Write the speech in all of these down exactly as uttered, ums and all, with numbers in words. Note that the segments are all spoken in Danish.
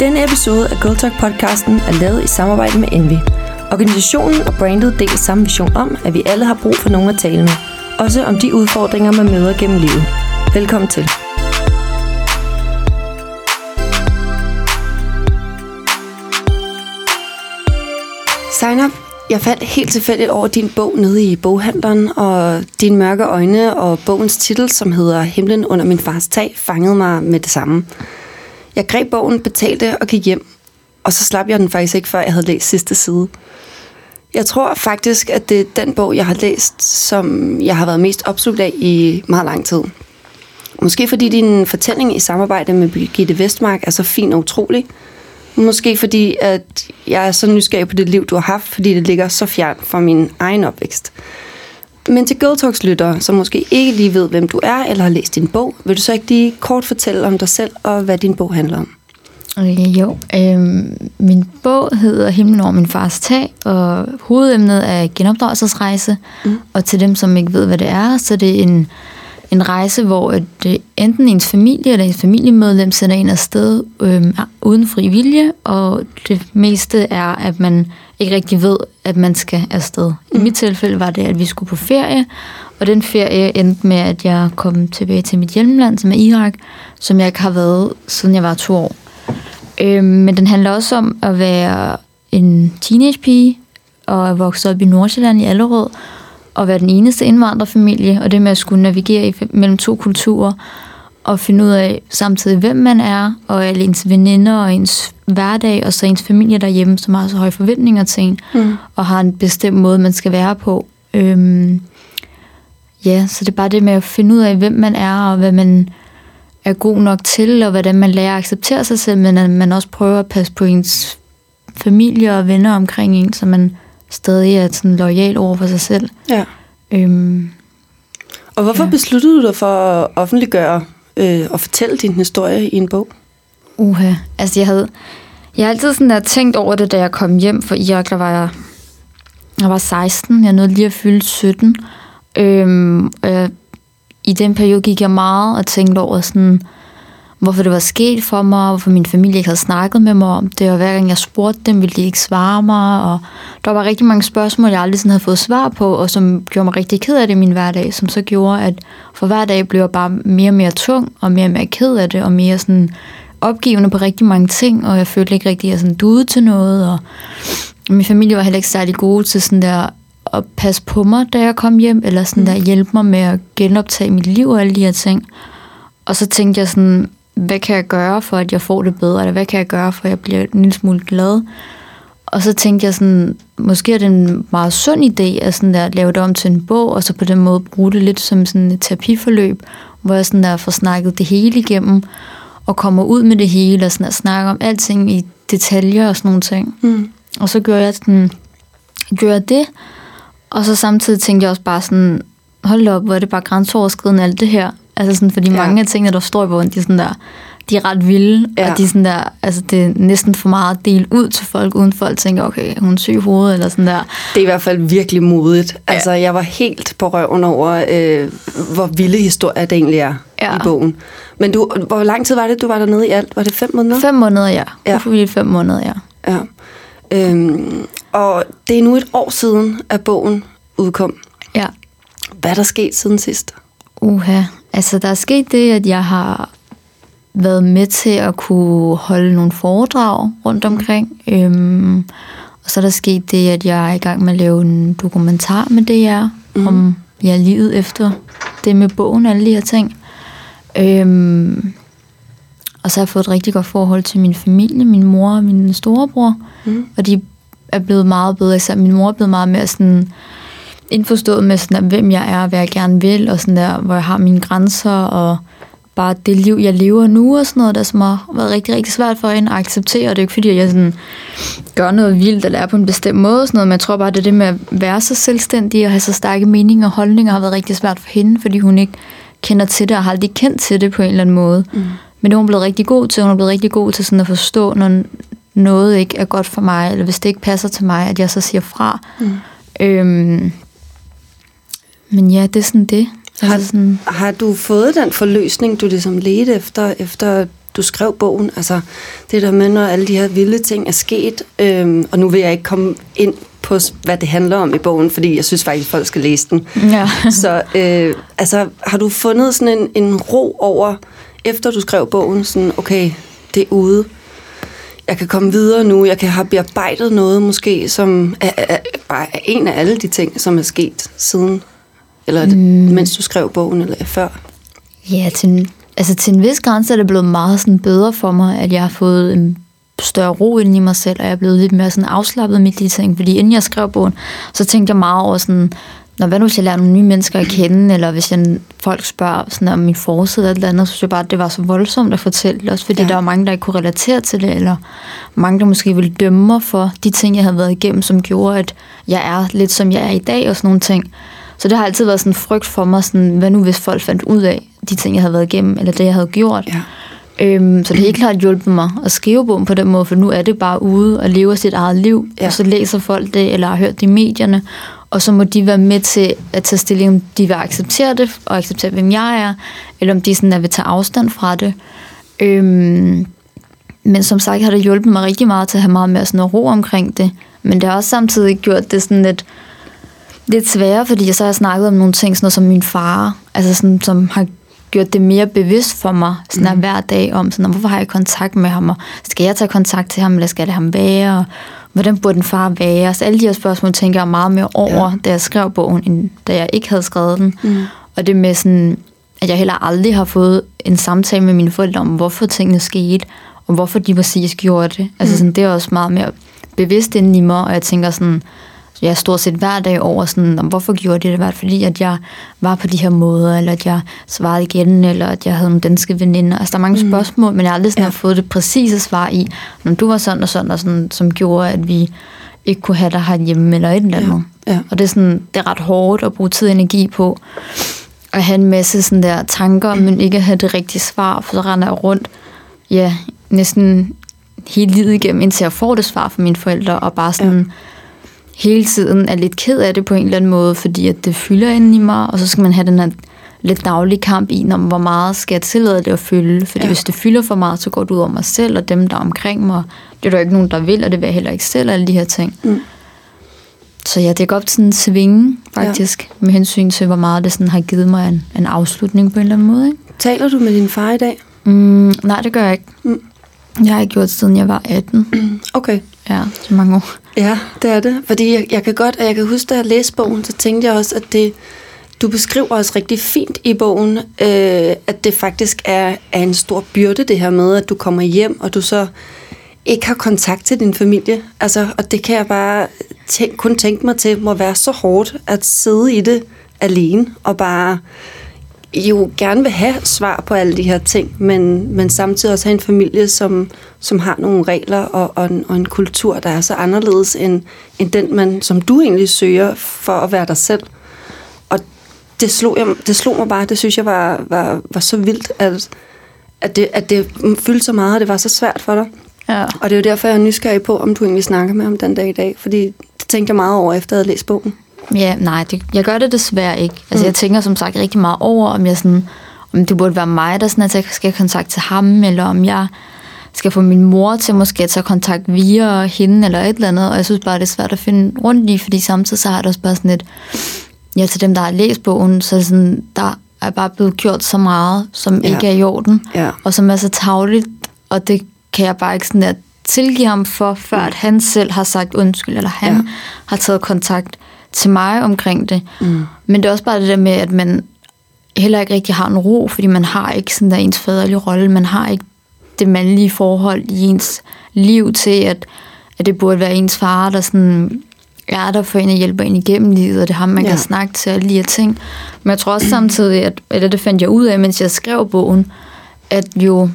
Denne episode af Girl Talk podcasten er lavet i samarbejde med Envy. Organisationen og brandet deler samme vision om, at vi alle har brug for nogen at tale med. Også om de udfordringer, man møder gennem livet. Velkommen til. Sign up. Jeg faldt helt tilfældigt over din bog nede i boghandleren, og dine mørke øjne og bogens titel, som hedder Himlen under min fars tag, fangede mig med det samme. Jeg greb bogen, betalte og gik hjem, og så slap jeg den faktisk ikke, før jeg havde læst sidste side. Jeg tror faktisk, at det er den bog, jeg har læst, som jeg har været mest opslugt af i meget lang tid. Måske fordi din fortælling i samarbejde med Birgitte Vestmark er så fin og utrolig. Måske fordi, at jeg er så nysgerrig på det liv, du har haft, fordi det ligger så fjernt fra min egen opvækst. Men til Girl Talks lyttere, som måske ikke lige ved, hvem du er, eller har læst din bog, vil du så ikke lige kort fortælle om dig selv, og hvad din bog handler om? Okay, jo, øhm, min bog hedder Himlen over min fars tag, og hovedemnet er genopdragelsesrejse. Mm. Og til dem, som ikke ved, hvad det er, så det er en, en rejse, hvor at, øh, enten ens familie eller ens familiemedlem sender en afsted øh, uden fri vilje, og det meste er, at man ikke rigtig ved, at man skal afsted. Mm. I mit tilfælde var det, at vi skulle på ferie, og den ferie endte med, at jeg kom tilbage til mit hjemland, som er Irak, som jeg ikke har været, siden jeg var to år. Øh, men den handler også om at være en teenagepige, og at vokse op i Nordsjælland i Allerød, og være den eneste indvandrerfamilie, og det med at skulle navigere i, mellem to kulturer, og finde ud af samtidig, hvem man er, og alle ens veninder, og ens hverdag, og så ens familie derhjemme, som har så høje forventninger til en, mm. og har en bestemt måde, man skal være på. Øhm, ja, så det er bare det med at finde ud af, hvem man er, og hvad man er god nok til, og hvordan man lærer at acceptere sig selv, men at man også prøver at passe på ens familie og venner omkring en, så man stadig er sådan loyal over for sig selv. Ja. Øhm, og hvorfor ja. besluttede du dig for at offentliggøre øh, og fortælle din historie i en bog? Uha, altså jeg havde, jeg har altid sådan der tænkt over det, da jeg kom hjem fra Irak, der var jeg, jeg var seksten, jeg nåede lige at fylde sytten. Øhm, og jeg, i den periode gik jeg meget og tænkte over sådan, hvorfor det var sket for mig, hvorfor min familie ikke havde snakket med mig om det, og hver gang jeg spurgte dem, ville de ikke svare mig, og der var rigtig mange spørgsmål, jeg aldrig sådan havde fået svar på, og som gjorde mig rigtig ked af det i min hverdag, som så gjorde, at for hver dag blev jeg bare mere og mere tung, og mere og mere ked af det, og mere sådan opgivende på rigtig mange ting, og jeg følte ikke rigtig, at jeg sådan duede til noget, og min familie var heller ikke særlig gode til sådan der at passe på mig, da jeg kom hjem, eller sådan der hjælpe mig med at genoptage mit liv og alle de her ting. Og så tænkte jeg sådan, hvad kan jeg gøre for, at jeg får det bedre, eller hvad kan jeg gøre for, at jeg bliver en lille smule glad? Og så tænkte jeg sådan, måske er det en meget sund idé, at, sådan der, at lave det om til en bog, og så på den måde bruge det lidt som sådan et terapiforløb, hvor jeg sådan der får snakket det hele igennem, og kommer ud med det hele, og sådan der, snakker om alting i detaljer og sådan nogle ting. Mm. Og så gjorde jeg, sådan, gjorde jeg det, og så samtidig tænkte jeg også bare sådan, hold op, hvor er det bare grænseoverskridende alt det her. Altså sådan, fordi ja. mange af tingene, der står i bogen, de er sådan der, de er ret vilde, ja. og de er sådan der, altså det er næsten for meget at dele ud til folk, uden folk tænker, okay, hun er syg i hovedet, eller sådan der. Det er i hvert fald virkelig modigt. Ja. Altså, jeg var helt på røven over, øh, hvor vilde historier det egentlig er ja. i bogen. Men du, hvor lang tid var det, du var dernede i alt? Var det fem måneder? Fem måneder, ja. ja. Uforvildt fem måneder, ja. ja. Øhm, og det er nu et år siden, at bogen udkom. Ja. Hvad er der sket siden sidst? Uha, altså der er sket det, at jeg har været med til at kunne holde nogle foredrag rundt omkring. Øhm, og så er der sket det, at jeg er i gang med at lave en dokumentar med D R mm. om ja, livet efter det med bogen og alle de her ting. Øhm, og så har jeg fået et rigtig godt forhold til min familie, min mor og min storebror. Mm. Og de er blevet meget bedre. Især min mor er blevet meget mere sådan indforstået med, sådan, hvem jeg er, hvad jeg gerne vil, og sådan der, hvor jeg har mine grænser, og bare det liv, jeg lever nu, og sådan noget, der som har været rigtig, rigtig svært for hende at acceptere. Det er jo ikke, fordi jeg sådan gør noget vildt, eller er på en bestemt måde, sådan noget, men jeg tror bare, det er det med at være så selvstændig, og have så stærke meninger og holdninger, har været rigtig svært for hende, fordi hun ikke kender til det, og har aldrig kendt til det på en eller anden måde. Mm. Men det er hun blevet rigtig god til. Hun er blevet rigtig god til sådan at forstå, når noget ikke er godt for mig, eller hvis det ikke passer til mig, at jeg så siger fra. Mm. Øhm, men ja, det er sådan det. Har, altså sådan, har du fået den forløsning, du ligesom ledte efter, efter du skrev bogen? Altså det der med, når alle de her vilde ting er sket, øhm, og nu vil jeg ikke komme ind på, hvad det handler om i bogen, fordi jeg synes faktisk, folk skal læse den. Ja. Så øh, altså, har du fundet sådan en, en ro over, efter du skrev bogen, sådan, okay, det er ude, jeg kan komme videre nu, jeg kan have bearbejdet noget måske, som er, er, er en af alle de ting, som er sket siden, eller mm. mens du skrev bogen, eller før? Ja, til en, altså til en vis grænse er det blevet meget sådan bedre for mig, at jeg har fået en større ro ind i mig selv, og jeg er blevet lidt mere sådan afslappet med de ting, fordi inden jeg skrev bogen, så tænkte jeg meget over sådan, når hvad nu hvis jeg lærer nogle nye mennesker at kende, eller hvis jeg, folk spørger sådan om min forside eller et eller andet, så synes jeg bare, at det var så voldsomt at fortælle, også fordi ja. Der var mange, der ikke kunne relatere til det, eller mange, der måske ville dømme mig for de ting, jeg havde været igennem, som gjorde, at jeg er lidt som jeg er i dag, og sådan nogle ting. Så det har altid været sådan en frygt for mig, sådan, hvad nu hvis folk fandt ud af de ting, jeg havde været igennem, eller det, jeg havde gjort. Ja. Øhm, så det har helt klart hjulpet mig at skrive bogen på den måde, for nu er det bare ude og leve sit eget liv, ja. Og så læser folk det, eller har hørt det i medierne, og så må de være med til at tage stilling, om de vil acceptere det, og acceptere, hvem jeg er, eller om de sådan er vil tage afstand fra det. Øhm, men som sagt har det hjulpet mig rigtig meget til at have meget mere sådan ro omkring det, men det har også samtidig gjort det sådan lidt, lidt sværere, fordi jeg så har snakket om nogle ting, sådan noget som min far, altså sådan, som har gjort det mere bevidst for mig, sådan mm. hver dag om, sådan, hvorfor har jeg kontakt med ham, og skal jeg tage kontakt til ham, eller skal det ham være, og hvordan burde en far være? Så alle de her spørgsmål tænker jeg meget mere over, ja. Da jeg skrev bogen, end da jeg ikke havde skrevet den. Mm. Og det med sådan, at jeg heller aldrig har fået en samtale med mine forældre om, hvorfor tingene skete, og hvorfor de præcis gjorde det. Altså mm. sådan, det er også meget mere bevidst inden i mig, og jeg tænker sådan, jeg er stort set hver dag over sådan, om hvorfor gjorde de det? Var det fordi, at jeg var på de her måder, eller at jeg svarede igen, eller at jeg havde nogle danske veninder? Altså, der er mange mm. spørgsmål, men jeg har aldrig sådan ja. fået det præcise svar i, når du var sådan og sådan, og sådan, som gjorde, at vi ikke kunne have dig herhjemme, eller et eller andet. Ja. Ja. Og det er, sådan, det er ret hårdt at bruge tid og energi på, at have en masse sådan der tanker, men ikke at have det rigtige svar, for så render jeg rundt, ja, næsten hele livet igennem, indtil jeg får det svar fra mine forældre, og bare sådan... Ja. hele tiden er lidt ked af det på en eller anden måde, fordi at det fylder inde i mig, og så skal man have den her lidt daglige kamp i, når hvor meget skal jeg tillade det at fylde, fordi ja. Hvis det fylder for meget, så går det ud over mig selv, og dem, der er omkring mig. Det er der ikke nogen, der vil, og det vil jeg heller ikke selv, alle de her ting. Mm. Så ja, det er godt sådan en svinge, faktisk, ja. Med hensyn til, hvor meget det sådan har givet mig en, en afslutning på en eller anden måde. Ikke? Taler du med din far i dag? Mm, nej, det gør jeg ikke. Mm. Jeg har ikke gjort det, siden jeg var atten. Okay. Ja, så mange år. Ja, det er det. Fordi jeg, jeg kan godt, og jeg kan huske, da jeg læste bogen, så tænkte jeg også, at det, du beskriver også rigtig fint i bogen, øh, at det faktisk er, er en stor byrde, det her med, at du kommer hjem, og du så ikke har kontakt til din familie. Altså, og det kan jeg bare tænk, kun tænke mig til, må være så hårdt at sidde i det alene, og bare jo gerne vil have svar på alle de her ting, men, men samtidig også have en familie, som, som har nogle regler og, og, en, og en kultur, der er så anderledes end, end den, man, som du egentlig søger for at være dig selv. Og det slog, jeg, det slog mig bare, det synes jeg var, var, var så vildt, at, at, det, at det fyldte så meget, og det var så svært for dig. Ja. Og det er jo derfor, jeg er nysgerrig på, om du egentlig snakker med ham den dag i dag, fordi det tænkte jeg meget over, efter at jeg havde læst bogen. Ja, nej, det, jeg gør det desværre ikke. Altså, mm. jeg tænker som sagt rigtig meget over, om jeg sådan, om det burde være mig, der sådan, at jeg skal have kontakt til ham, eller om jeg skal få min mor til måske at tage kontakt via hende, eller et eller andet, og jeg synes bare, det er svært at finde rundt i, fordi samtidig så har det også bare sådan et, ja, til dem, der har læst bogen, så sådan, der er bare blevet gjort så meget, som ja. Ikke er i orden, ja. Og som er så tarveligt, og det kan jeg bare ikke sådan at tilgive ham for, før mm. at han selv har sagt undskyld, eller han ja. Har taget kontakt til mig omkring det. Mm. Men det er også bare det der med, at man heller ikke rigtig har en ro, fordi man har ikke sådan der ens faderlige rolle, man har ikke det mandlige forhold i ens liv til, at, at det burde være ens far, der sådan er der for en og hjælper en igennem livet, og det er ham, man ja. Kan snakke til alle de her ting. Men jeg tror også samtidig, at, eller det fandt jeg ud af, mens jeg skrev bogen, at jo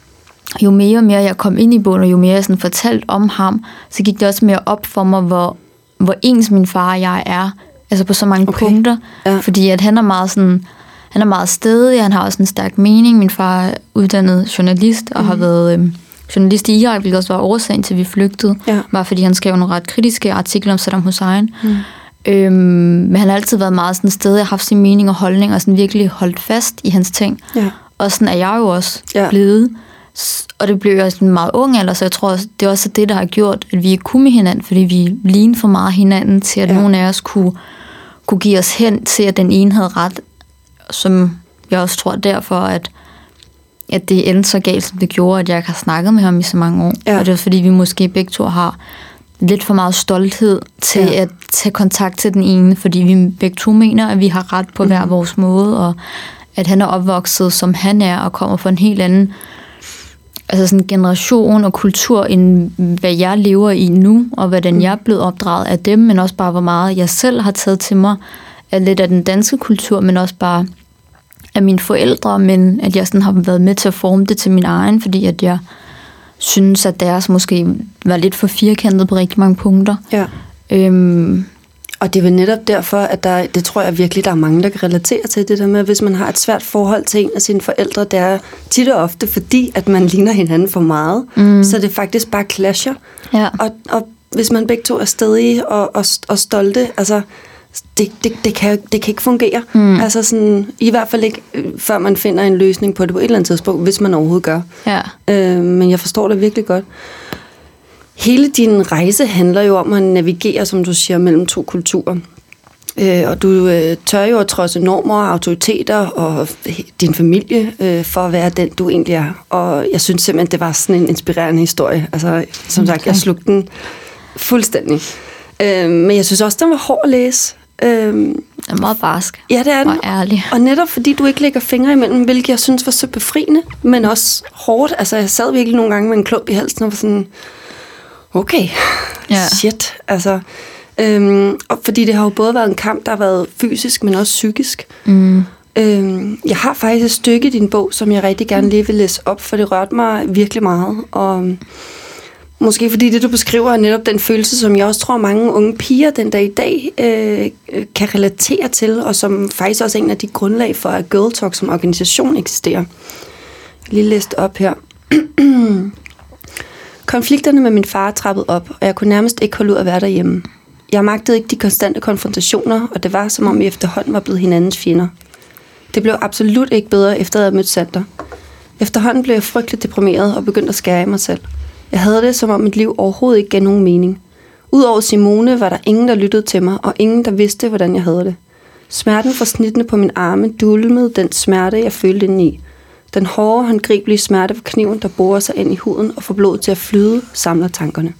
jo mere og mere jeg kom ind i bogen, og jo mere jeg sådan fortalte om ham, så gik det også mere op for mig, hvor hvor ens min far og jeg er, altså på så mange okay. punkter, ja. Fordi at han er meget sådan, han er meget stedig, han har også en stærk mening. Min far er uddannet journalist, og mm. har været øhm, journalist i Irak, hvilket også var årsagen til, at vi flygtede, ja. Bare fordi han skrev nogle ret kritiske artikler om Saddam Hussein. Mm. Øhm, men han har altid været meget sådan stedig, og haft sin mening og holdning, og sådan virkelig holdt fast i hans ting. Ja. Og sådan er jeg jo også ja. Blevet. Og det blev jeg sådan meget ung alder, så jeg tror også, det er også det, der har gjort, at vi ikke kunne med hinanden, fordi vi lignede for meget hinanden til, at ja. nogen af os kunne, kunne give os hen til, at den ene havde ret, som jeg også tror derfor, at, at det endte så galt, som det gjorde, at jeg ikke har snakket med ham i så mange år. Ja. Og det er fordi, vi måske begge to har lidt for meget stolthed til ja. at tage kontakt til den ene, fordi vi begge to mener, at vi har ret på mm. hver vores måde, og at han er opvokset, som han er, og kommer fra en helt anden altså sådan generation og kultur, end hvad jeg lever i nu, og hvordan mm. jeg er blevet opdraget af dem, men også bare, hvor meget jeg selv har taget til mig af lidt af den danske kultur, men også bare af mine forældre, men at jeg sådan har været med til at forme det til min egen, fordi at jeg synes, at deres måske var lidt for firkantet på rigtig mange punkter. Ja. Øhm, og det er vel netop derfor, at der, det tror jeg virkelig, der er mange, der kan relatere til det der med, hvis man har et svært forhold til en af sine forældre, det er tit og ofte, fordi at man ligner hinanden for meget, mm. så det faktisk bare clasher. Ja. Og, og hvis man begge to er stedige og, og, og stolte, altså det, det, det, kan, det kan ikke fungere. Mm. Altså sådan, i hvert fald ikke, før man finder en løsning på det på et eller andet tidspunkt, hvis man overhovedet gør. Ja. Øh, men jeg forstår det virkelig godt. Hele din rejse handler jo om at navigere, som du siger, mellem to kulturer. Øh, og du øh, tør jo at trodse normer og autoriteter og din familie øh, for at være den, du egentlig er. Og jeg synes simpelthen, det var sådan en inspirerende historie. Altså, som sagt, jeg slugte den fuldstændig. Øh, men jeg synes også, den var hård at læse. Den er meget barsk. Ja, det er den. Og ærlig. Og netop fordi du ikke lægger fingre imellem, hvilket jeg synes var så befriende, men også hårdt. Altså, jeg sad virkelig nogle gange med en klump i halsen og var sådan, okay, ja. shit. Altså, øhm, og fordi det har jo både været en kamp, der har været fysisk, men også psykisk. Mm. Øhm, jeg har faktisk et stykke i din bog, som jeg rigtig gerne lige vil læse op, for det rørte mig virkelig meget. Og måske fordi det, du beskriver, er netop den følelse, som jeg også tror, mange unge piger den dag i dag øh, kan relatere til, og som faktisk også er en af de grundlag for, at Girl Talk som organisation eksisterer. Lige læst op her. Konflikterne med min far trappede op, og jeg kunne nærmest ikke holde ud at være derhjemme. Jeg magtede ikke de konstante konfrontationer, og det var, som om vi efterhånden var blevet hinandens fjender. Det blev absolut ikke bedre, efter at jeg havde mødt Sander. Efterhånden blev jeg frygteligt deprimeret og begyndte at skære i mig selv. Jeg havde det, som om mit liv overhovedet ikke gav nogen mening. Udover Simone var der ingen, der lyttede til mig, og ingen, der vidste, hvordan jeg havde det. Smerten fra snittene på min arme dulmede den smerte, jeg følte indeni. Den hårde, håndgribelige smerte for kniven, der borer sig ind i huden og får blodet til at flyde, samler tankerne.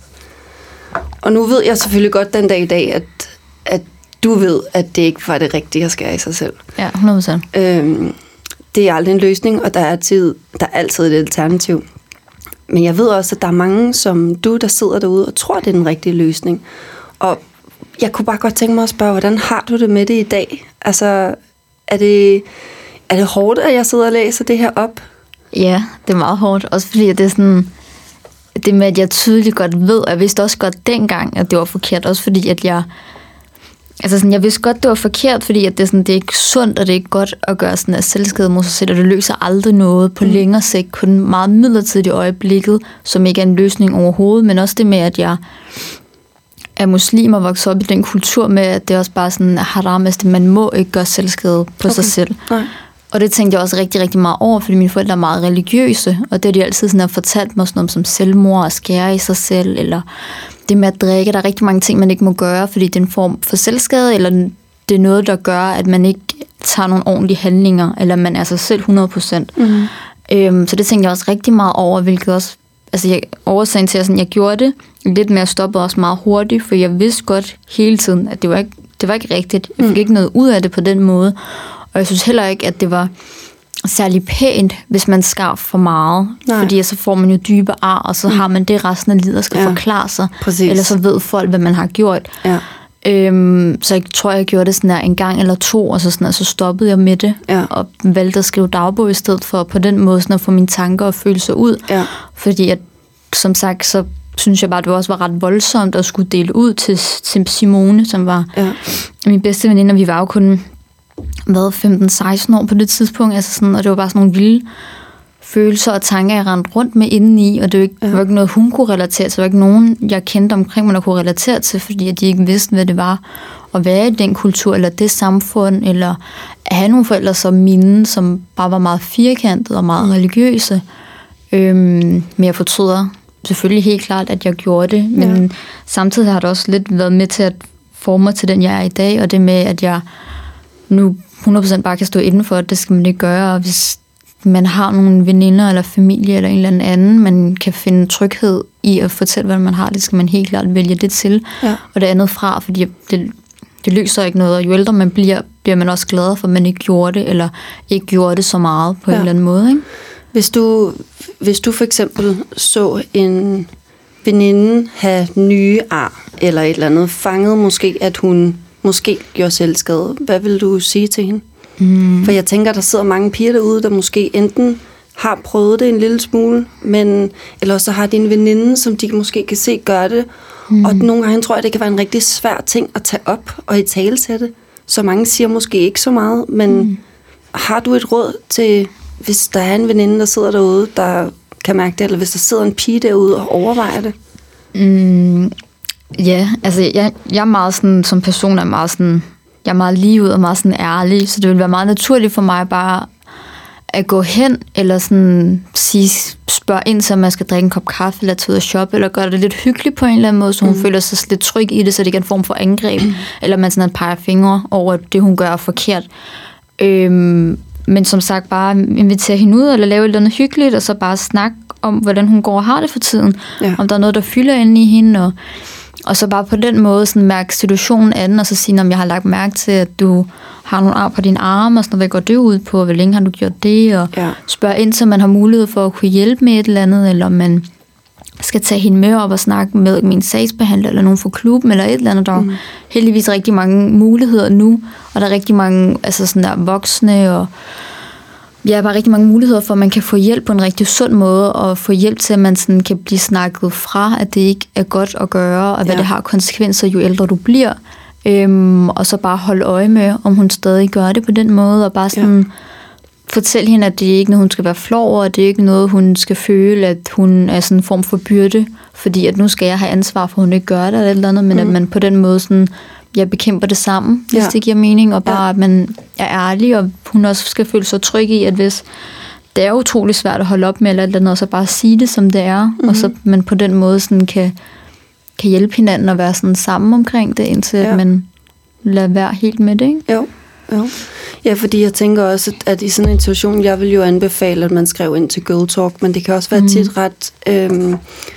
Og nu ved jeg selvfølgelig godt den dag i dag, at, at du ved, at det ikke var det rigtige at skære i sig selv. Ja, hundrede procent. Øhm, det er aldrig en løsning, og der er, tid, der er altid et alternativ. Men jeg ved også, at der er mange som du, der sidder derude og tror, det er den rigtige løsning. Og jeg kunne bare godt tænke mig at spørge, hvordan har du det med det i dag? Altså, er det, er det hårdt, at jeg sidder og læser det her op? Ja, det er meget hårdt. Også fordi det er sådan, det med, at jeg tydeligt godt ved, og jeg vidste også godt dengang, at det var forkert. Også fordi, at jeg Altså sådan, jeg vidste godt, det var forkert, fordi at det, er sådan, det er ikke sundt, og det er ikke godt at gøre sådan af selvskade mod sig selv, og det løser aldrig noget på mm. længere sigt, kun meget midlertidigt i øjeblikket, som ikke er en løsning overhovedet, men også det med, at jeg er muslim og vokset op i den kultur med, at det er også bare sådan haram, at man må ikke gøre selvskade på okay. sig selv. Nej. Og det tænkte jeg også rigtig, rigtig meget over, fordi mine forældre er meget religiøse, og det har de altid sådan har fortalt mig sådan om som selvmord og skære i sig selv, eller det med at drikke. Der er rigtig mange ting, man ikke må gøre, fordi det er en form for selvskade, eller det er noget, der gør, at man ikke tager nogle ordentlige handlinger, eller man er sig selv hundrede procent. Mm. Øhm, så det tænkte jeg også rigtig meget over, hvilket også, altså jeg, årsagen til, at sådan, jeg gjorde det lidt mere stoppet også meget hurtigt, for jeg vidste godt hele tiden, at det var ikke, det var ikke rigtigt. Jeg fik mm. ikke noget ud af det på den måde. Og jeg synes heller ikke, at det var særlig pænt, hvis man skar for meget. Nej. Fordi så får man jo dybe ar, og så mm. har man det resten af livet, og skal ja. forklare sig. Præcis. Eller så ved folk, hvad man har gjort. Ja. Øhm, så jeg tror, jeg gjorde det sådan der en gang eller to, og så, sådan, og så stoppede jeg med det. Ja. Og valgte at skrive dagbog i stedet for på den måde sådan at få mine tanker og følelser ud. Ja. Fordi at, som sagt, så synes jeg bare, det også var ret voldsomt at skulle dele ud til, til Simone, som var ja. min bedste veninde, og vi var jo kun været femten seksten år på det tidspunkt, altså sådan, og det var bare sådan nogle vilde følelser og tanker, jeg rendte rundt med indeni, og det var ikke, ja. var ikke noget, hun kunne relatere til. Det var ikke nogen, jeg kendte omkring mig, der kunne relatere til, fordi de ikke vidste, hvad det var at være i den kultur, eller det samfund, eller at have nogle forældre som mine, som bare var meget firkantede og meget religiøse. Øhm, men jeg fortryder selvfølgelig helt klart, at jeg gjorde det, men ja. samtidig har det også lidt været med til at forme mig til den, jeg er i dag, og det med, at jeg nu hundrede procent bare kan stå inden for, det skal man ikke gøre, og hvis man har nogle veninder eller familie eller en eller anden, man kan finde tryghed i at fortælle, hvad man har, det skal man helt klart vælge det til, ja. og det andet fra, fordi det, det løser ikke noget, og jo ældre man bliver, bliver man også gladere for, at man ikke gjorde det, eller ikke gjorde det så meget på ja. en eller anden måde, ikke? Hvis du, hvis du for eksempel så en veninde have nye ar, eller et eller andet, fangede måske, at hun måske gjorde selvskade, hvad vil du sige til hende? Mm. For jeg tænker, der sidder mange piger derude, der måske enten har prøvet det en lille smule, men, eller så har de en veninde, som de måske kan se gøre det. Mm. Og nogle gange tror jeg, det kan være en rigtig svær ting at tage op og italesætte. Så mange siger måske ikke så meget, men mm. har du et råd til, hvis der er en veninde, der sidder derude, der kan mærke det, eller hvis der sidder en pige derude og overvejer det? Mm. Ja, altså jeg, jeg er meget sådan, som person er meget sådan, jeg er meget lige ud og meget sådan ærlig, så det vil være meget naturligt for mig bare at gå hen, eller sådan sige, spørge ind, så man skal drikke en kop kaffe, eller tage ud og shoppe, eller gøre det lidt hyggeligt på en eller anden måde, så hun mm. føler sig lidt tryg i det, så det ikke er en form for angreb, mm. eller man sådan peger fingre over det, hun gør er forkert. Øhm, men som sagt, bare invitere hende ud, eller lave et eller andet hyggeligt, og så bare snakke om, hvordan hun går og har det for tiden. Ja. Om der er noget, der fylder inde i hende, og, og så bare på den måde sådan mærke situationen an, og så sige, om jeg har lagt mærke til, at du har nogle ar på dine arme, og sådan, hvad går det ud på, hvor længe har du gjort det, og ja. spørge ind, så man har mulighed for at kunne hjælpe med et eller andet, eller om man skal tage hende med op og snakke med min sagsbehandler, eller nogen fra klubben, eller et eller andet. Der er mm. heldigvis rigtig mange muligheder nu, og der er rigtig mange altså sådan der voksne, og ja, bare rigtig mange muligheder for, at man kan få hjælp på en rigtig sund måde, og få hjælp til, at man sådan kan blive snakket fra, at det ikke er godt at gøre, og hvad ja. det har konsekvenser, jo ældre du bliver. Øhm, og så bare holde øje med, om hun stadig gør det på den måde, og bare sådan ja. fortælle hende, at det ikke er noget, hun skal være flov over, og det er ikke noget, hun skal føle, at hun er sådan en form for byrde, fordi at nu skal jeg have ansvar for, at hun ikke gør det, eller et eller andet, men mm. at man på den måde sådan, jeg bekæmper det sammen, hvis ja. det giver mening, og bare, ja. at man er ærlig, og hun også skal føle sig tryg i, at hvis det er utrolig svært at holde op med, eller et eller andet, og så bare sige det, som det er, mm-hmm. og så man på den måde sådan kan kan hjælpe hinanden og være sådan sammen omkring det, indtil ja. at man lader være helt med det, ikke? Jo, jo. Ja, fordi jeg tænker også, at i sådan en situation, jeg vil jo anbefale, at man skriver ind til Girl Talk, men det kan også være mm. tit ret øhm,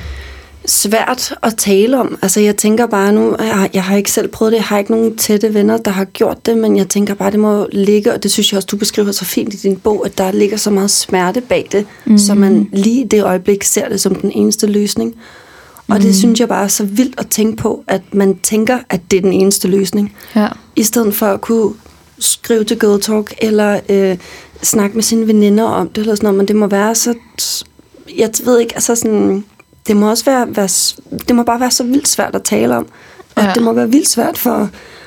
svært at tale om. Altså jeg tænker bare nu, jeg, jeg har ikke selv prøvet det, jeg har ikke nogen tætte venner, der har gjort det, men jeg tænker bare, det må ligge, og det synes jeg også, du beskriver så fint i din bog, at der ligger så meget smerte bag det, mm. så man lige i det øjeblik ser det som den eneste løsning. Og det mm. synes jeg bare er så vildt at tænke på, at man tænker, at det er den eneste løsning. Ja. I stedet for at kunne skrive til Girl Talk, eller øh, snakke med sine veninder om det, eller sådan noget, men det må være så... Jeg ved ikke, altså sådan... Det må også være... være det må bare være så vildt svært at tale om. Og ja. det må være vildt svært for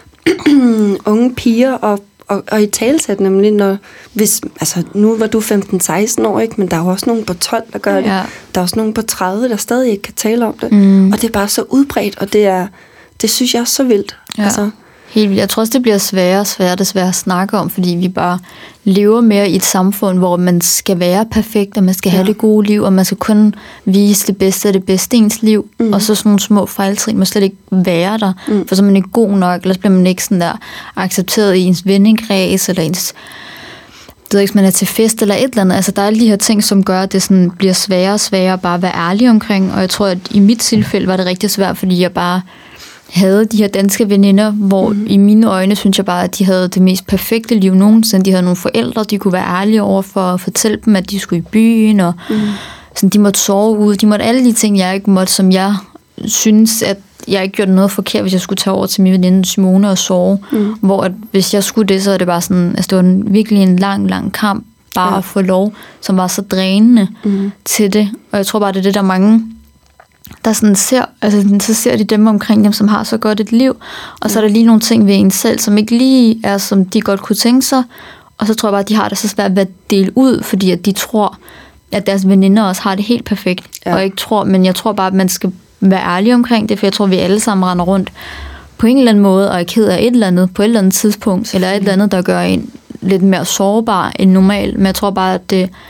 unge piger at Og, og i talesæt nemlig, når, hvis, altså nu var du femten seksten år, ikke? Men der er jo også nogen på tolv, der gør det. Ja. Der er også nogen på tredive, der stadig ikke kan tale om det. Mm. Og det er bare så udbredt, og det er, det synes jeg er så vildt. Ja. Altså. Helt vildt. Jeg tror også, det bliver sværere og sværere, desværre at snakke om, fordi vi bare lever mere i et samfund, hvor man skal være perfekt, og man skal ja. have det gode liv, og man skal kun vise det bedste af det bedste i ens liv, mm. og så sådan nogle små fejltrin må slet ikke være der, mm. for så er man ikke god nok, ellers bliver man ikke sådan der accepteret i ens vennekreds, eller ens, det ved ikke, hvis man er til fest eller et eller andet. Altså, der er alle de her ting, som gør, at det sådan bliver sværere og sværere at bare være ærlig omkring, og jeg tror, at i mit tilfælde var det rigtig svært, fordi jeg bare havde de her danske veninder, hvor mm. i mine øjne synes jeg bare, at de havde det mest perfekte liv nogensinde. De havde nogle forældre, de kunne være ærlige over for at fortælle dem, at de skulle i byen, og mm. sådan, de måtte sove ude. De måtte alle de ting, jeg ikke måtte, som jeg synes, at jeg ikke gjorde noget forkert, hvis jeg skulle tage over til min veninde Simone og sove. Mm. Hvor at, hvis jeg skulle det, så er det bare sådan, altså det var en, virkelig en lang, lang kamp, bare ja. at få lov, som var så drænende mm. til det. Og jeg tror bare, det er det, der mange der sådan ser, altså så ser de dem omkring dem, som har så godt et liv, og så er der lige nogle ting ved en selv, som ikke lige er, som de godt kunne tænke sig, og så tror jeg bare, at de har det så svært ved at dele ud, fordi at de tror, at deres veninder også har det helt perfekt, ja. og ikke tror, men jeg tror bare, at man skal være ærlig omkring det, for jeg tror, at vi alle sammen render rundt på en eller anden måde, og er ked af et eller andet, på et eller andet tidspunkt, eller et eller andet, der gør en lidt mere sårbar end normal, men jeg tror bare, at det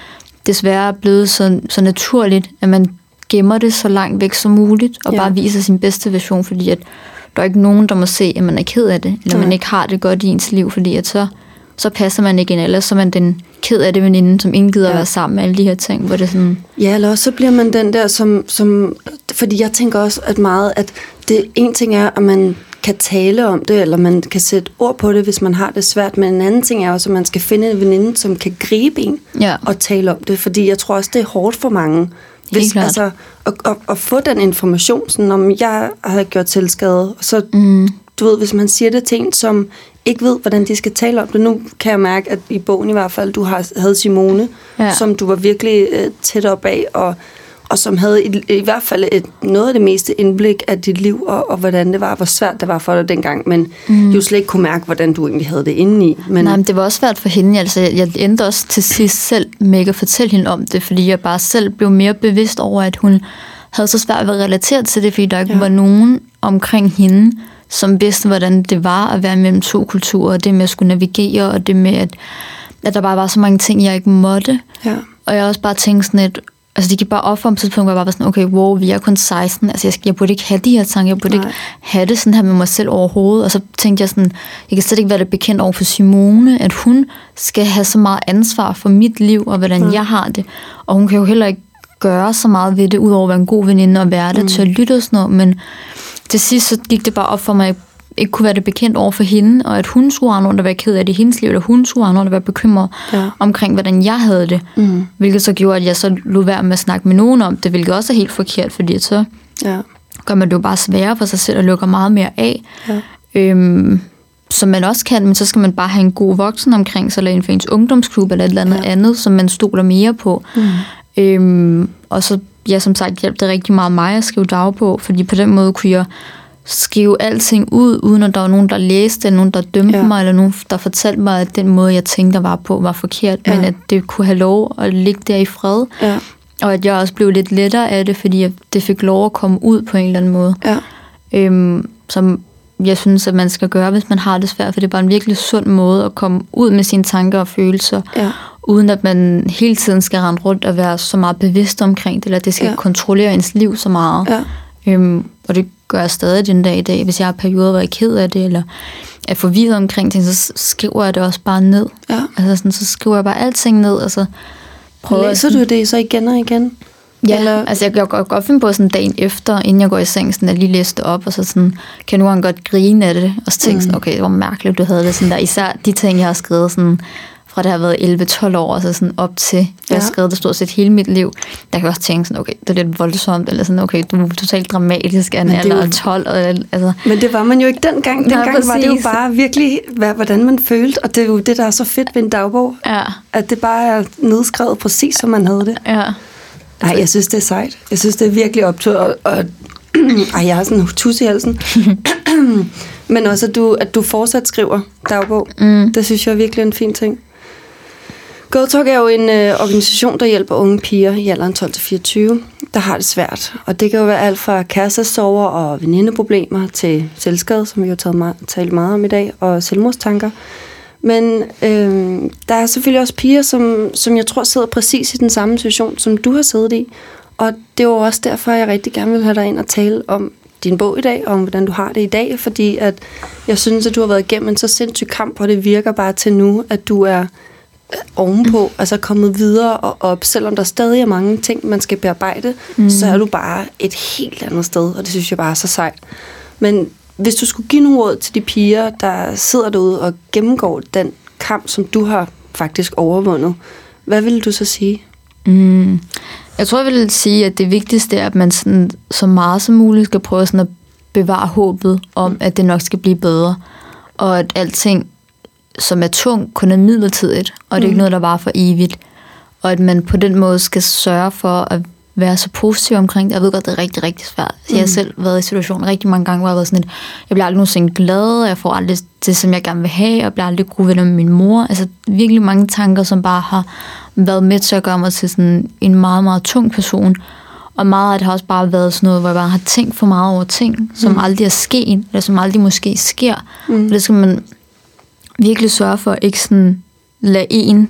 desværre er blevet så, så naturligt, at man gemmer det så langt væk som muligt, og ja. bare viser sin bedste version, fordi at der er ikke nogen, der må se, at man er ked af det, eller ja. man ikke har det godt i ens liv, fordi at så, så passer man ikke ind, eller så er man den ked af det veninde, som ingen gider ja. at være sammen med alle de her ting, hvor det sådan... Ja, eller også så bliver man den der, som, som... Fordi jeg tænker også at meget, at det en ting er, at man kan tale om det, eller man kan sætte ord på det, hvis man har det svært, men en anden ting er også, at man skal finde en veninde, som kan gribe en ja. og tale om det, fordi jeg tror også, det er hårdt for mange, hvis, altså, at, at, at få den information, sådan om jeg har gjort selvskade, og så, mm. du ved, hvis man siger det til en, som ikke ved, hvordan de skal tale om det. Nu kan jeg mærke, at i bogen i hvert fald, du har, havde Simone, ja. som du var virkelig uh, tæt op af, og og som havde i, i hvert fald et, noget af det meste indblik af dit liv, og, og hvordan det var, hvor svært det var for dig dengang, men mm. du slet ikke kunne mærke, hvordan du egentlig havde det indeni. Men... Nej, men det var også svært for hende. Altså, jeg endte også til sidst selv med ikke at fortælle hende om det, fordi jeg bare selv blev mere bevidst over, at hun havde så svært ved at relatere til det, fordi der ikke ja. var nogen omkring hende, som vidste, hvordan det var at være mellem to kulturer, og det med at skulle navigere, og det med, at, at der bare var så mange ting, jeg ikke måtte. Ja. Og jeg også bare tænkte sådan et, altså det gik bare op for mig på et tidspunkt, hvor jeg bare var sådan, okay, wow, vi er kun seksten, altså jeg, jeg burde ikke have de her tanker, jeg burde Nej. ikke have det sådan her med mig selv overhovedet, og så tænkte jeg sådan, jeg kan slet ikke være det bekendt over for Simone, at hun skal have så meget ansvar for mit liv, og hvordan mm. jeg har det, og hun kan jo heller ikke gøre så meget ved det, udover at være en god veninde og være det mm. til at lytte og sådan noget, men til sidst så gik det bare op for mig, at ikke kunne være det bekendt over for hende, og at hun skulle have nogen, der var ked af det i hendes liv, eller hun skulle have nogen, der var bekymret ja. omkring, hvordan jeg havde det. Mm. Hvilket så gjorde, at jeg så lod være med at snakke med nogen om det, hvilket også er helt forkert, fordi så ja. gør man det jo bare sværere for sig selv, og lukker meget mere af. Ja. Øhm, som man også kan, men så skal man bare have en god voksen omkring sig, eller inden for ens ungdomsklub, eller et eller andet ja. andet, som man stoler mere på. Mm. Øhm, og så, ja, som sagt, hjalp det rigtig meget mig at skrive dagbog, fordi på den måde kunne jeg skrive alting ud, uden at der var nogen, der læste, eller nogen, der dømte ja. mig, eller nogen, der fortalte mig, at den måde, jeg tænkte, der var på, var forkert, ja. men at det kunne have lov at ligge der i fred. Ja. Og at jeg også blev lidt lettere af det, fordi det fik lov at komme ud på en eller anden måde. Ja. Øhm, som jeg synes, at man skal gøre, hvis man har det svært, for det er bare en virkelig sund måde at komme ud med sine tanker og følelser, ja. uden at man hele tiden skal rende rundt og være så meget bevidst omkring det, eller at det skal ja. kontrollere ens liv så meget. Ja. Øhm, og det gør jeg stadig den dag i dag. Hvis jeg har perioder, hvor jeg er ked af det, eller er forvirret omkring ting, så skriver jeg det også bare ned. Ja. Altså sådan, så skriver jeg bare alting ned, og så prøver Læser jeg... du det så igen og igen? Ja, eller? altså jeg kan godt, godt finde på sådan dagen efter, inden jeg går i seng, sådan at lige læse det op, og så sådan, kan nu godt grine af det, og så tænke mm. sådan, okay, det var mærkeligt, du havde det sådan der. Især de ting, jeg har skrevet sådan, fra det har været elleve tolv år, altså sådan op til, jeg ja. har skrevet det stort set hele mit liv. Der kan også tænke sådan, okay, det er lidt voldsomt, eller sådan, okay, du er totalt dramatisk af en alder af tolv. Og, altså. Men det var man jo ikke dengang. Dengang Nej, var det jo bare virkelig, hvordan man følte, og det er jo det, der er så fedt ved en dagbog. Ja. At det bare er nedskrevet præcis, som man havde det. Ja. Nej, jeg synes, det er sejt. Jeg synes, det er virkelig optur, og, og ej, jeg har sådan en tus i halsen. Men også, at du, at du fortsat skriver dagbog. Mm. Det synes jeg er virkelig en fin ting. GoTalk er jo en øh, organisation, der hjælper unge piger i alderen tolv til fireogtyve, der har det svært. Og det kan jo være alt fra kærestesorger og venindeproblemer til selvskade, som vi har taget meget, talt meget om i dag, og selvmordstanker. Men øh, der er selvfølgelig også piger, som, som jeg tror sidder præcis i den samme situation, som du har siddet i. Og det er jo også derfor, jeg rigtig gerne vil have dig ind og tale om din bog i dag, og om hvordan du har det i dag, fordi at jeg synes, at du har været igennem en så sindssyg kamp, og det virker bare til nu, at du er ovenpå, altså kommet videre og op, selvom der stadig er mange ting, man skal bearbejde, mm. så er du bare et helt andet sted, og det synes jeg bare er så sejt. Men hvis du skulle give nogle råd til de piger, der sidder derude og gennemgår den kamp, som du har faktisk overvundet, hvad vil du så sige? Mm. Jeg tror, jeg vil sige, at det vigtigste er, at man sådan, så meget som muligt skal prøve sådan at bevare håbet om, at det nok skal blive bedre, og at alting som er tung, kun er midlertidigt, og det er ikke noget, der varer for evigt. Og at man på den måde skal sørge for at være så positiv omkring det. Jeg ved godt, det er rigtig, rigtig svært. Mm. Jeg har selv været i situationen rigtig mange gange, hvor jeg har været sådan et, jeg bliver aldrig nogensinde glad, og jeg får aldrig det, som jeg gerne vil have, og jeg bliver aldrig gode venner med min mor. Altså virkelig mange tanker, som bare har været med til at gøre mig til sådan en meget, meget tung person. Og meget af det har også bare været sådan noget, hvor jeg bare har tænkt for meget over ting, som mm. aldrig er sket, eller som aldrig måske sker. Mm. Og det skal man virkelig sørge for at ikke sådan lade en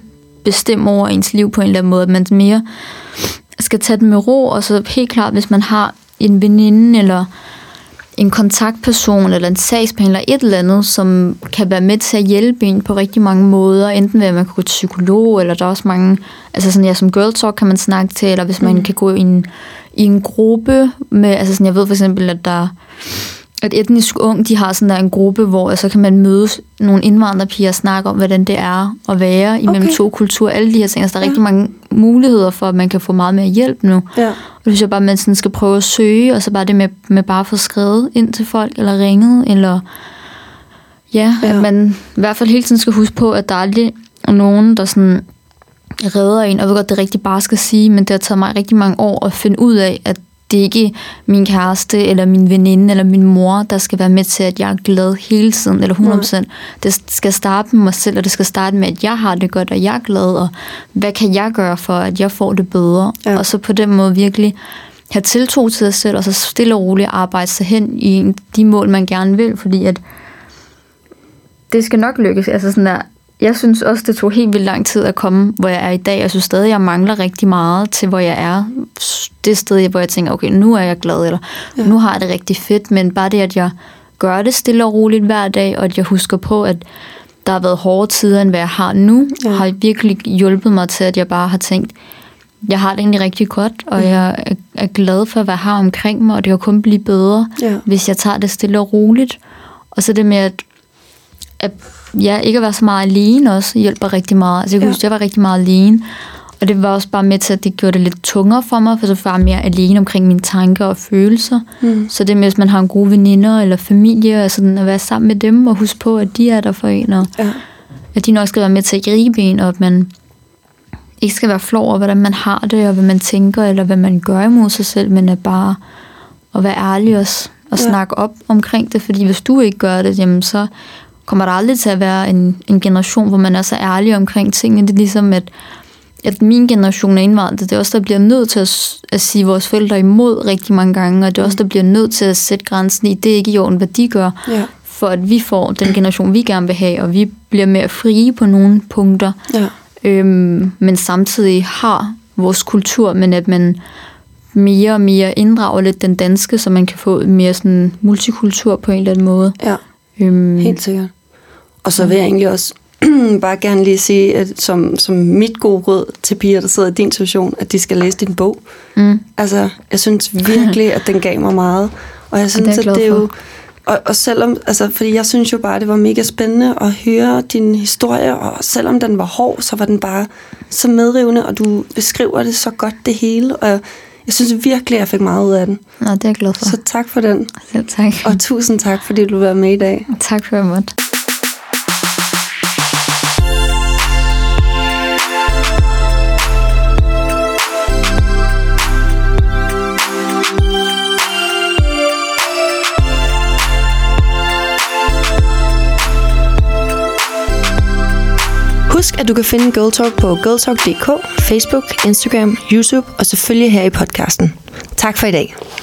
bestemme over ens liv på en eller anden måde, at man mere skal tage den med ro, og så helt klart, hvis man har en veninde, eller en kontaktperson, eller en sagsbehandler, et eller andet, som kan være med til at hjælpe en på rigtig mange måder, enten ved at man kan gå til psykolog, eller der er også mange, altså sådan, ja, som Girl Talk kan man snakke til, eller hvis man mm. kan gå i en, i en gruppe med, altså sådan, jeg ved for eksempel, at der at etnisk ung, de har sådan der en gruppe, hvor så kan man møde nogle indvandrerpiger og snakke om, hvordan det er at være imellem okay. to kulturer, alle de her ting. Altså, der er ja. rigtig mange muligheder for, at man kan få meget mere hjælp nu. Ja. Og det synes jeg bare, at man sådan skal prøve at søge, og så bare det med, med bare at få skrevet ind til folk, eller ringet, eller ja, ja, at man i hvert fald hele tiden skal huske på, at der aldrig er nogen, der sådan redder en, og jeg ved godt, det er rigtig bare skal sige, men det har taget mig rigtig mange år at finde ud af, at det er ikke min kæreste, eller min veninde, eller min mor, der skal være med til, at jeg er glad hele tiden, eller hundrede procent. Det skal starte med mig selv, og det skal starte med, at jeg har det godt, og jeg er glad, og hvad kan jeg gøre for, at jeg får det bedre? Ja. Og så på den måde virkelig have tiltro til sig selv, og så stille og roligt arbejde sig hen i de mål, man gerne vil, fordi at det skal nok lykkes. Altså sådan der, jeg synes også, det tog helt vildt lang tid at komme, hvor jeg er i dag. Jeg synes stadig, jeg mangler rigtig meget til, hvor jeg er. Det sted, hvor jeg tænker, okay, nu er jeg glad, eller ja. nu har jeg det rigtig fedt, men bare det, at jeg gør det stille og roligt hver dag, og at jeg husker på, at der har været hårde tider, end hvad jeg har nu, ja. har virkelig hjulpet mig til, at jeg bare har tænkt, jeg har det egentlig rigtig godt, og ja. jeg er glad for, hvad jeg har omkring mig, og det kan kun blive bedre, ja. hvis jeg tager det stille og roligt. Og så det med, at, at ja, ikke at være så meget alene også hjælper rigtig meget. Altså jeg kan ja. huske, jeg var rigtig meget alene, og det var også bare med til, at det gjorde det lidt tungere for mig, for så var jeg mere alene omkring mine tanker og følelser. Mm. Så det med, hvis man har en god veninder eller familie, og sådan at være sammen med dem, og huske på, at de er der for en, og ja. at de nok skal være med til at gribe en, og at man ikke skal være flov over, hvordan man har det, og hvad man tænker, eller hvad man gør imod sig selv, men at bare at være ærlig også, og ja. snakke op omkring det, fordi hvis du ikke gør det, jamen så kommer der aldrig til at være en, en generation, hvor man er så ærlig omkring tingene. Det er ligesom, at, at min generation er indvandret. Det er også, der bliver nødt til at, at sige vores forældre imod rigtig mange gange, og det er også, der bliver nødt til at sætte grænsen i, det er ikke i orden, hvad de gør, ja. for at vi får den generation, vi gerne vil have, og vi bliver mere frie på nogle punkter, ja. øhm, men samtidig har vores kultur, men at man mere og mere inddrager lidt den danske, så man kan få mere sådan multikultur på en eller anden måde. Ja. Øhm, Helt sikkert. Og så vil jeg egentlig også bare gerne lige sige, at som, som mit gode råd til piger, der sidder i din situation, at de skal læse din bog. Mm. Altså, jeg synes virkelig, at den gav mig meget. Og jeg synes, og det at det er jo... Og, og selvom, altså, fordi jeg synes jo bare, det var mega spændende at høre din historie, og selvom den var hård, så var den bare så medrivende, og du beskriver det så godt, det hele. Og jeg synes virkelig, jeg fik meget ud af den. Nå, det er jeg glad for. Så tak for den. Selv tak. Og tusind tak, fordi du var med i dag. Tak for, at jeg måtte. Husk, at du kan finde Girl Talk på girltalk punktum d k, Facebook, Instagram, YouTube og selvfølgelig her i podcasten. Tak for i dag.